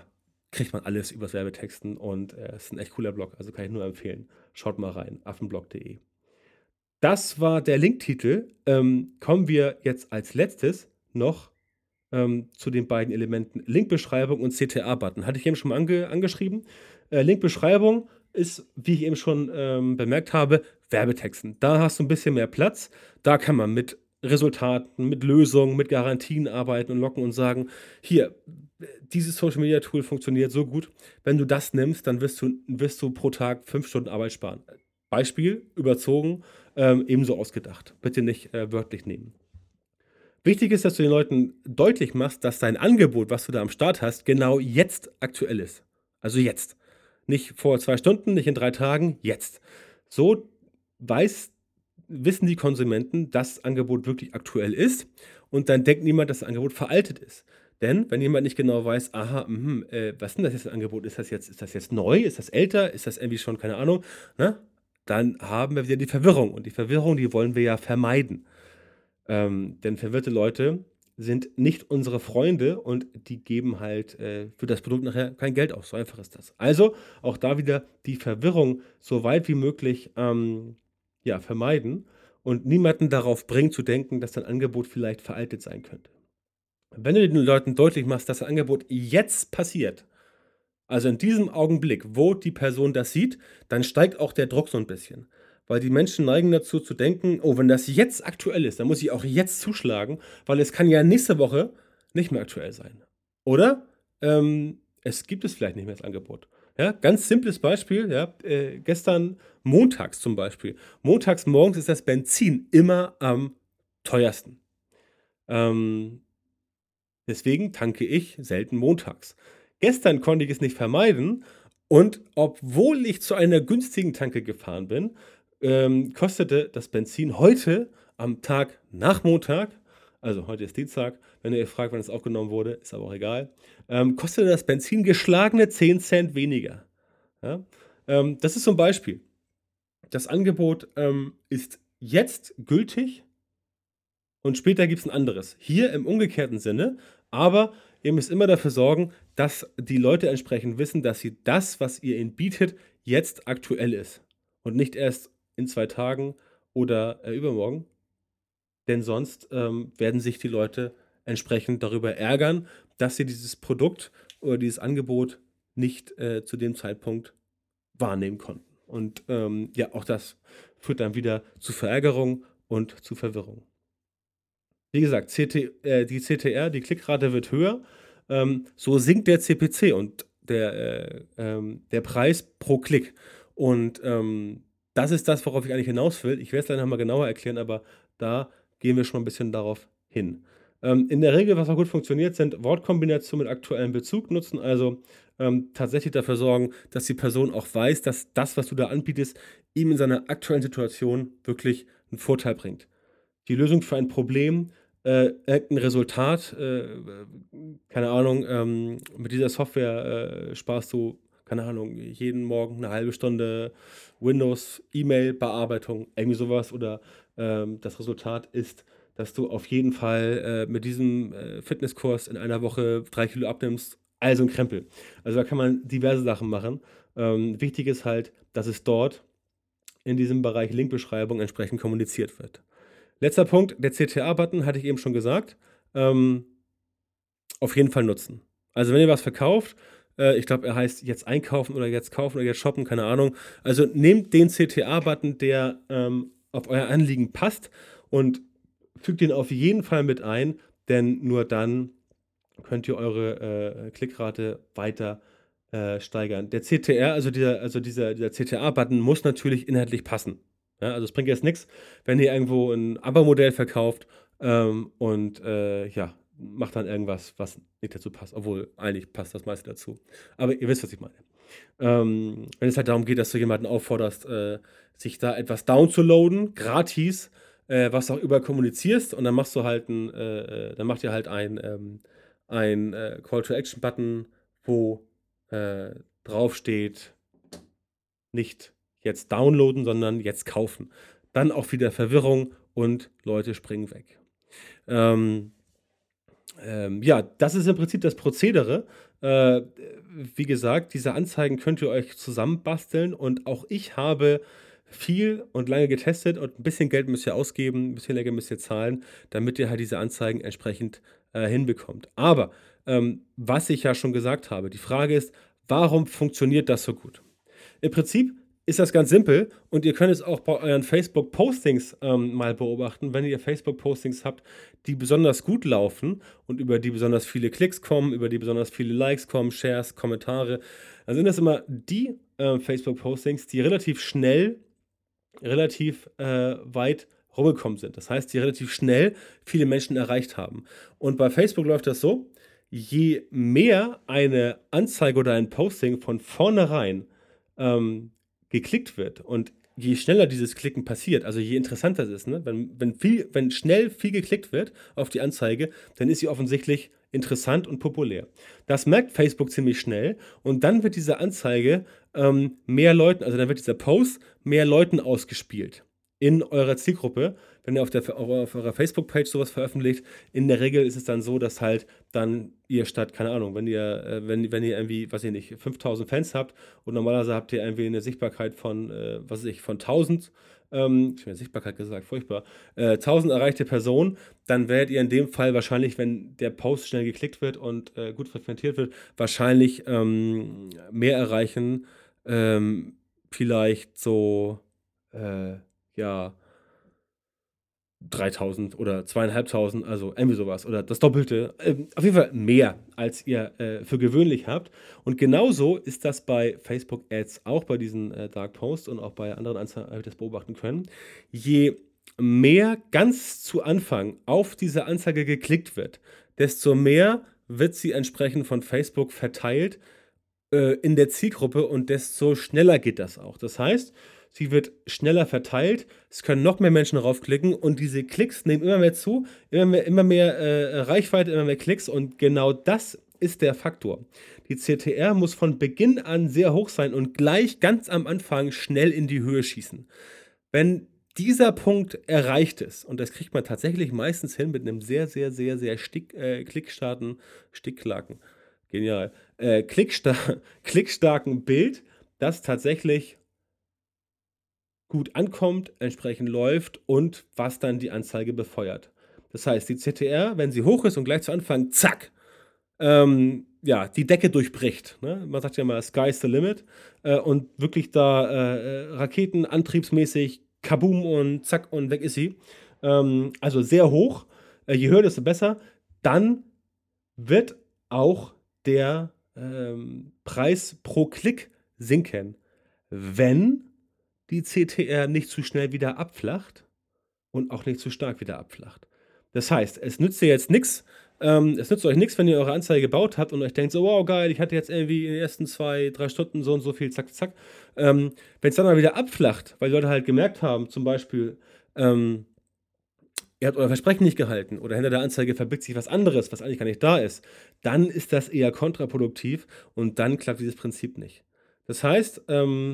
kriegt man alles übers Werbetexten und es ist ein echt cooler Blog, also kann ich nur empfehlen. Schaut mal rein, affenblog.de. Das war der Linktitel. Kommen wir jetzt als letztes noch zu den beiden Elementen Linkbeschreibung und CTA-Button. Hatte ich eben schon mal angeschrieben. Linkbeschreibung ist, wie ich eben schon bemerkt habe, Werbetexten. Da hast du ein bisschen mehr Platz. Da kann man mit Resultaten, mit Lösungen, mit Garantien arbeiten und locken und sagen, hier, dieses Social Media Tool funktioniert so gut. Wenn du das nimmst, dann wirst du pro Tag 5 Stunden Arbeit sparen. Beispiel, überzogen, ebenso ausgedacht. Bitte nicht wörtlich nehmen. Wichtig ist, dass du den Leuten deutlich machst, dass dein Angebot, was du da am Start hast, genau jetzt aktuell ist. Also jetzt. Nicht vor 2 Stunden, nicht in 3 Tagen, jetzt. So wissen die Konsumenten, dass das Angebot wirklich aktuell ist und dann denkt niemand, dass das Angebot veraltet ist. Denn wenn jemand nicht genau weiß, aha, was ist denn das jetzt für ein Angebot? Ist das jetzt neu? Ist das älter? Ist das irgendwie schon, keine Ahnung? Ne? Dann haben wir wieder die Verwirrung. Und die Verwirrung, die wollen wir ja vermeiden. Denn verwirrte Leute sind nicht unsere Freunde und die geben halt für das Produkt nachher kein Geld aus. So einfach ist das. Also auch da wieder die Verwirrung so weit wie möglich vermeiden und niemanden darauf bringen zu denken, dass dein Angebot vielleicht veraltet sein könnte. Wenn du den Leuten deutlich machst, dass das Angebot jetzt passiert, also in diesem Augenblick, wo die Person das sieht, dann steigt auch der Druck so ein bisschen. Weil die Menschen neigen dazu zu denken, oh, wenn das jetzt aktuell ist, dann muss ich auch jetzt zuschlagen, weil es kann ja nächste Woche nicht mehr aktuell sein. Oder es gibt es vielleicht nicht mehr das Angebot. Ja, ganz simples Beispiel, ja, gestern montags zum Beispiel. Montags morgens ist das Benzin immer am teuersten. Deswegen tanke ich selten montags. Gestern konnte ich es nicht vermeiden und obwohl ich zu einer günstigen Tanke gefahren bin, kostete das Benzin heute am Tag nach Montag, also heute ist Dienstag, wenn ihr fragt, wann es aufgenommen wurde, ist aber auch egal, kostete das Benzin geschlagene 10 Cent weniger. Ja? Das ist so ein Beispiel. Das Angebot ist jetzt gültig und später gibt es ein anderes. Hier im umgekehrten Sinne, aber ihr müsst immer dafür sorgen, dass die Leute entsprechend wissen, dass sie das, was ihr ihnen bietet, jetzt aktuell ist. Und nicht erst in 2 Tagen oder übermorgen. Denn sonst werden sich die Leute entsprechend darüber ärgern, dass sie dieses Produkt oder dieses Angebot nicht zu dem Zeitpunkt wahrnehmen konnten. Und auch das führt dann wieder zu Verärgerung und zu Verwirrung. Wie gesagt, die CTR, die Klickrate wird höher, so sinkt der CPC und der Preis pro Klick. Und das ist das, worauf ich eigentlich hinaus will. Ich werde es dann nochmal genauer erklären, aber da gehen wir schon ein bisschen darauf hin. In der Regel, was auch gut funktioniert, sind Wortkombinationen mit aktuellem Bezug nutzen, also tatsächlich dafür sorgen, dass die Person auch weiß, dass das, was du da anbietest, ihm in seiner aktuellen Situation wirklich einen Vorteil bringt. Die Lösung für ein Problem, irgendein Resultat, keine Ahnung, mit dieser Software sparst du, keine Ahnung, jeden Morgen eine halbe Stunde Windows-E-Mail-Bearbeitung, irgendwie sowas. Oder das Resultat ist, dass du auf jeden Fall mit diesem Fitnesskurs in einer Woche 3 Kilo abnimmst. Also ein Krempel. Also da kann man diverse Sachen machen. Wichtig ist halt, dass es dort in diesem Bereich Linkbeschreibung entsprechend kommuniziert wird. Letzter Punkt, der CTA-Button, hatte ich eben schon gesagt. Auf jeden Fall nutzen. Also wenn ihr was verkauft, ich glaube, er heißt jetzt einkaufen oder jetzt kaufen oder jetzt shoppen, keine Ahnung. Also nehmt den CTA-Button, der auf euer Anliegen passt und fügt den auf jeden Fall mit ein, denn nur dann könnt ihr eure Klickrate weiter steigern. Der CTR, dieser CTA-Button muss natürlich inhaltlich passen. Ja, also es bringt jetzt nichts, wenn ihr irgendwo ein Abo-Modell verkauft und macht dann irgendwas, was nicht dazu passt. Obwohl, eigentlich passt das meiste dazu. Aber ihr wisst, was ich meine. Wenn es halt darum geht, dass du jemanden aufforderst, sich da etwas downzuladen, gratis, was auch über kommunizierst und dann machst du halt dann macht ihr halt ein Call-to-Action-Button, wo drauf steht, nicht jetzt downloaden, sondern jetzt kaufen. Dann auch wieder Verwirrung und Leute springen weg. Das ist im Prinzip das Prozedere. Äh, Wie gesagt, diese Anzeigen könnt ihr euch zusammenbasteln und auch ich habe viel und lange getestet und ein bisschen Geld müsst ihr ausgeben, ein bisschen länger müsst ihr zahlen, damit ihr halt diese Anzeigen entsprechend hinbekommt. Aber was ich ja schon gesagt habe, die Frage ist, warum funktioniert das so gut? Im Prinzip ist das ganz simpel und ihr könnt es auch bei euren Facebook-Postings mal beobachten. Wenn ihr Facebook-Postings habt, die besonders gut laufen und über die besonders viele Klicks kommen, über die besonders viele Likes kommen, Shares, Kommentare, dann sind das immer die Facebook-Postings, die relativ schnell, relativ weit rumgekommen sind. Das heißt, die relativ schnell viele Menschen erreicht haben. Und bei Facebook läuft das so, je mehr eine Anzeige oder ein Posting von vornherein geklickt wird und je schneller dieses Klicken passiert, also je interessanter es ist, ne? Wenn schnell viel geklickt wird auf die Anzeige, dann ist sie offensichtlich interessant und populär. Das merkt Facebook ziemlich schnell und dann wird diese Anzeige mehr Leuten, also dann wird dieser Post mehr Leuten ausgespielt in eurer Zielgruppe. Wenn ihr auf eurer Facebook-Page sowas veröffentlicht, in der Regel ist es dann so, dass halt dann ihr statt, keine Ahnung, wenn ihr irgendwie, weiß ich nicht, 5000 Fans habt und normalerweise habt ihr irgendwie eine Sichtbarkeit von, was weiß ich, von 1000, ich habe ja Sichtbarkeit gesagt, furchtbar, 1000 erreichte Personen, dann werdet ihr in dem Fall wahrscheinlich, wenn der Post schnell geklickt wird und gut frequentiert wird, wahrscheinlich mehr erreichen, vielleicht so, ja, 3000 oder 2500, also irgendwie sowas oder das Doppelte, auf jeden Fall mehr, als ihr für gewöhnlich habt. Und genauso ist das bei Facebook Ads auch bei diesen Dark Posts und auch bei anderen Anzeigen, habe ich das beobachten können. Je mehr ganz zu Anfang auf diese Anzeige geklickt wird, desto mehr wird sie entsprechend von Facebook verteilt in der Zielgruppe und desto schneller geht das auch. Das heißt, sie wird schneller verteilt, es können noch mehr Menschen raufklicken und diese Klicks nehmen immer mehr zu, immer mehr Reichweite, immer mehr Klicks und genau das ist der Faktor. Die CTR muss von Beginn an sehr hoch sein und gleich ganz am Anfang schnell in die Höhe schießen. Wenn dieser Punkt erreicht ist, und das kriegt man tatsächlich meistens hin mit einem sehr, sehr, sehr, sehr sticklaken, genial, klickstarken Bild, das tatsächlich gut ankommt, entsprechend läuft und was dann die Anzeige befeuert. Das heißt, die CTR, wenn sie hoch ist und gleich zu Anfang, zack, ja, die Decke durchbricht. Ne? Man sagt ja mal, sky's the limit. Und wirklich da raketenantriebsmäßig, kaboom und zack und weg ist sie. Also sehr hoch. Je höher, desto besser. Dann wird auch der Preis pro Klick sinken, wenn die CTR nicht zu schnell wieder abflacht und auch nicht zu stark wieder abflacht. Das heißt, es nützt euch nichts, wenn ihr eure Anzeige gebaut habt und euch denkt, so, wow, geil, ich hatte jetzt irgendwie in den ersten 2-3 Stunden so und so viel, zack, zack. Wenn es dann mal wieder abflacht, weil die Leute halt gemerkt haben, zum Beispiel, ihr habt euer Versprechen nicht gehalten oder hinter der Anzeige verbirgt sich was anderes, was eigentlich gar nicht da ist, dann ist das eher kontraproduktiv und dann klappt dieses Prinzip nicht. Das heißt,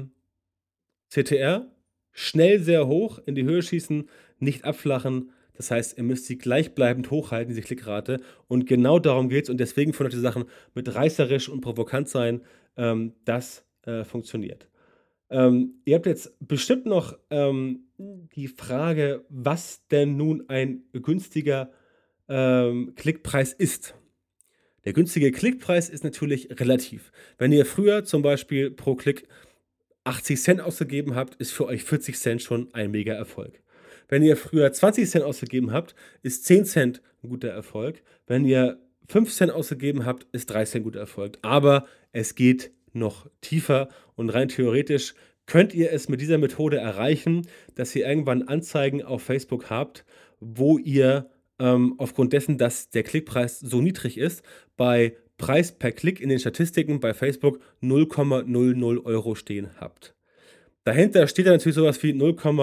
CTR, schnell sehr hoch, in die Höhe schießen, nicht abflachen. Das heißt, ihr müsst sie gleichbleibend hochhalten, diese Klickrate. Und genau darum geht es. Und deswegen von die Sachen mit reißerisch und provokant sein, das funktioniert. Ihr habt jetzt bestimmt noch die Frage, was denn nun ein günstiger Klickpreis ist. Der günstige Klickpreis ist natürlich relativ. Wenn ihr früher zum Beispiel pro Klick 80 Cent ausgegeben habt, ist für euch 40 Cent schon ein mega Erfolg. Wenn ihr früher 20 Cent ausgegeben habt, ist 10 Cent ein guter Erfolg. Wenn ihr 5 Cent ausgegeben habt, ist 3 Cent ein guter Erfolg. Aber es geht noch tiefer und rein theoretisch könnt ihr es mit dieser Methode erreichen, dass ihr irgendwann Anzeigen auf Facebook habt, wo ihr aufgrund dessen, dass der Klickpreis so niedrig ist, bei Preis per Klick in den Statistiken bei Facebook 0,00 Euro stehen habt. Dahinter steht dann natürlich sowas wie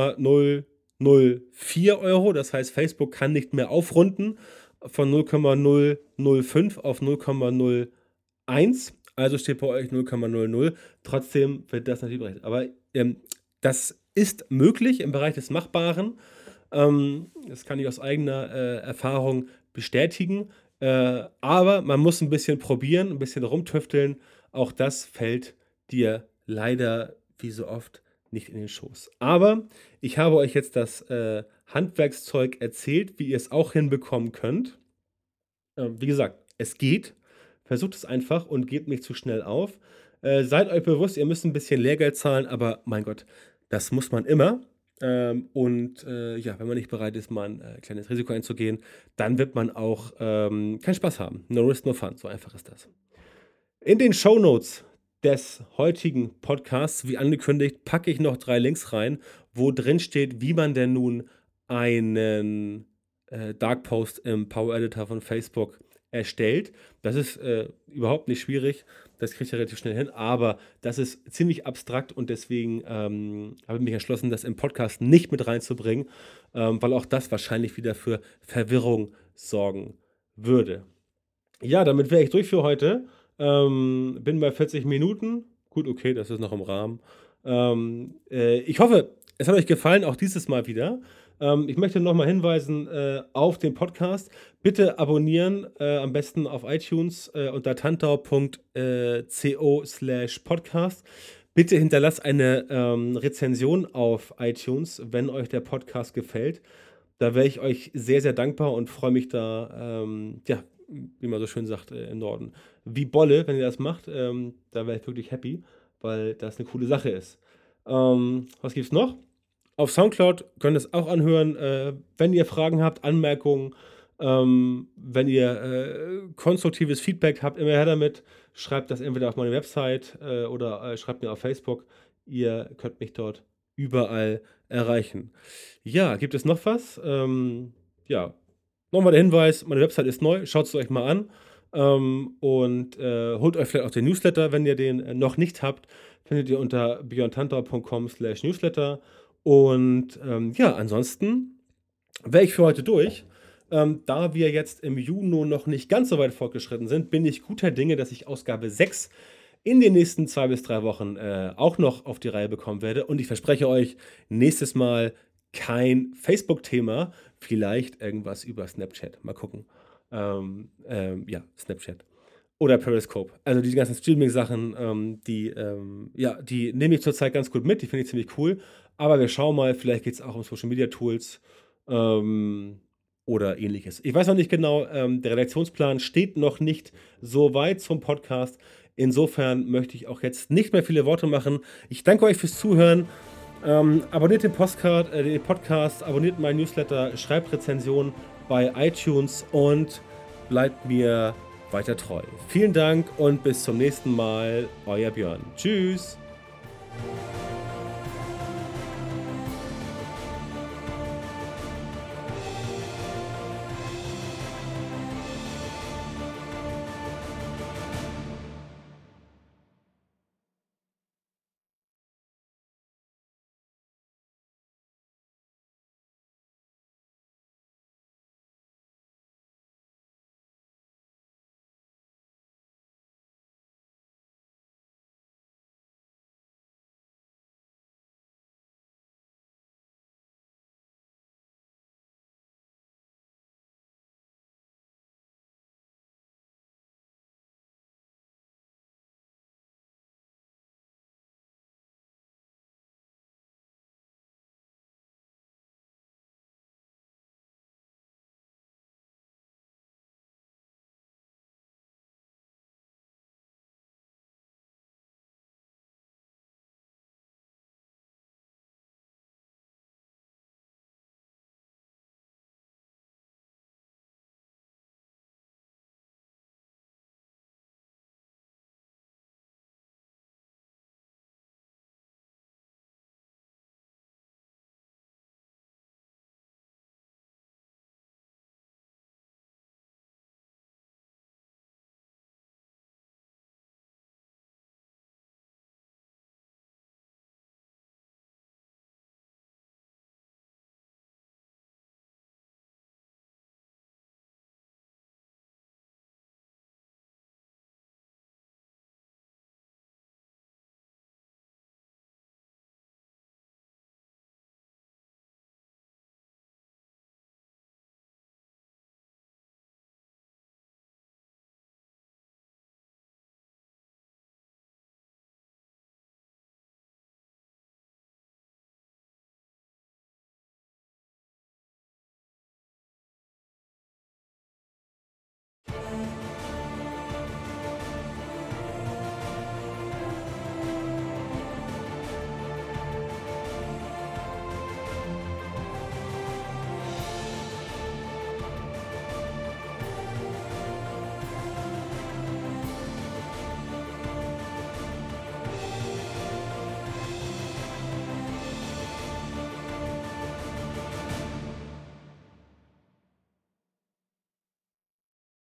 0,004 Euro. Das heißt, Facebook kann nicht mehr aufrunden von 0,005 auf 0,01. Also steht bei euch 0,00. Trotzdem wird das natürlich berechnet. Aber das ist möglich im Bereich des Machbaren. Das kann ich aus eigener Erfahrung bestätigen. Aber man muss ein bisschen probieren, ein bisschen rumtüfteln. Auch das fällt dir leider, wie so oft, nicht in den Schoß. Aber ich habe euch jetzt das Handwerkszeug erzählt, wie ihr es auch hinbekommen könnt. Wie gesagt, es geht. Versucht es einfach und gebt nicht zu schnell auf. Seid euch bewusst, ihr müsst ein bisschen Lehrgeld zahlen, aber mein Gott, das muss man immer. Ja, wenn man nicht bereit ist, mal ein kleines Risiko einzugehen, dann wird man auch keinen Spaß haben. No risk, no fun. So einfach ist das. In den Shownotes des heutigen Podcasts, wie angekündigt, packe ich noch 3 Links rein, wo drin steht, wie man denn nun einen Dark Post im Power Editor von Facebook erstellt. Das ist überhaupt nicht schwierig, das kriegt ihr relativ schnell hin, aber das ist ziemlich abstrakt und deswegen habe ich mich entschlossen, das im Podcast nicht mit reinzubringen, weil auch das wahrscheinlich wieder für Verwirrung sorgen würde. Ja, damit wäre ich durch für heute. Bin bei 40 Minuten. Gut, okay, das ist noch im Rahmen. Ich hoffe, es hat euch gefallen, auch dieses Mal wieder. Ich möchte nochmal hinweisen auf den Podcast. Bitte abonnieren, am besten auf iTunes unter tantau.co/podcast. Bitte hinterlasst eine Rezension auf iTunes, wenn euch der Podcast gefällt. Da wäre ich euch sehr, sehr dankbar und freue mich da, ja, wie man so schön sagt im Norden, wie Bolle, wenn ihr das macht. Da wäre ich wirklich happy, weil das eine coole Sache ist. Was gibt's noch? Auf Soundcloud könnt ihr es auch anhören. Wenn ihr Fragen habt, Anmerkungen, wenn ihr konstruktives Feedback habt, immer her damit. Schreibt das entweder auf meine Website oder schreibt mir auf Facebook. Ihr könnt mich dort überall erreichen. Ja, gibt es noch was? Ja, nochmal der Hinweis, meine Website ist neu, schaut es euch mal an und holt euch vielleicht auch den Newsletter, wenn ihr den noch nicht habt. Findet ihr unter björntantau.com/newsletter. Und ja, ansonsten wäre ich für heute durch. Da wir jetzt im Juni noch nicht ganz so weit fortgeschritten sind, bin ich guter Dinge, dass ich Ausgabe 6 in den nächsten 2 bis 3 Wochen auch noch auf die Reihe bekommen werde. Und ich verspreche euch, nächstes Mal kein Facebook-Thema, vielleicht irgendwas über Snapchat. Mal gucken. Ja, Snapchat. Oder Periscope. Also diese ganzen Streaming-Sachen, die nehme ich zurzeit ganz gut mit. Die finde ich ziemlich cool. Aber wir schauen mal, vielleicht geht es auch um Social-Media-Tools oder ähnliches. Ich weiß noch nicht genau, der Redaktionsplan steht noch nicht so weit zum Podcast. Insofern möchte ich auch jetzt nicht mehr viele Worte machen. Ich danke euch fürs Zuhören. Abonniert den Podcast, abonniert meinen Newsletter, schreibt Rezensionen bei iTunes und bleibt mir weiter treu. Vielen Dank und bis zum nächsten Mal. Euer Björn. Tschüss.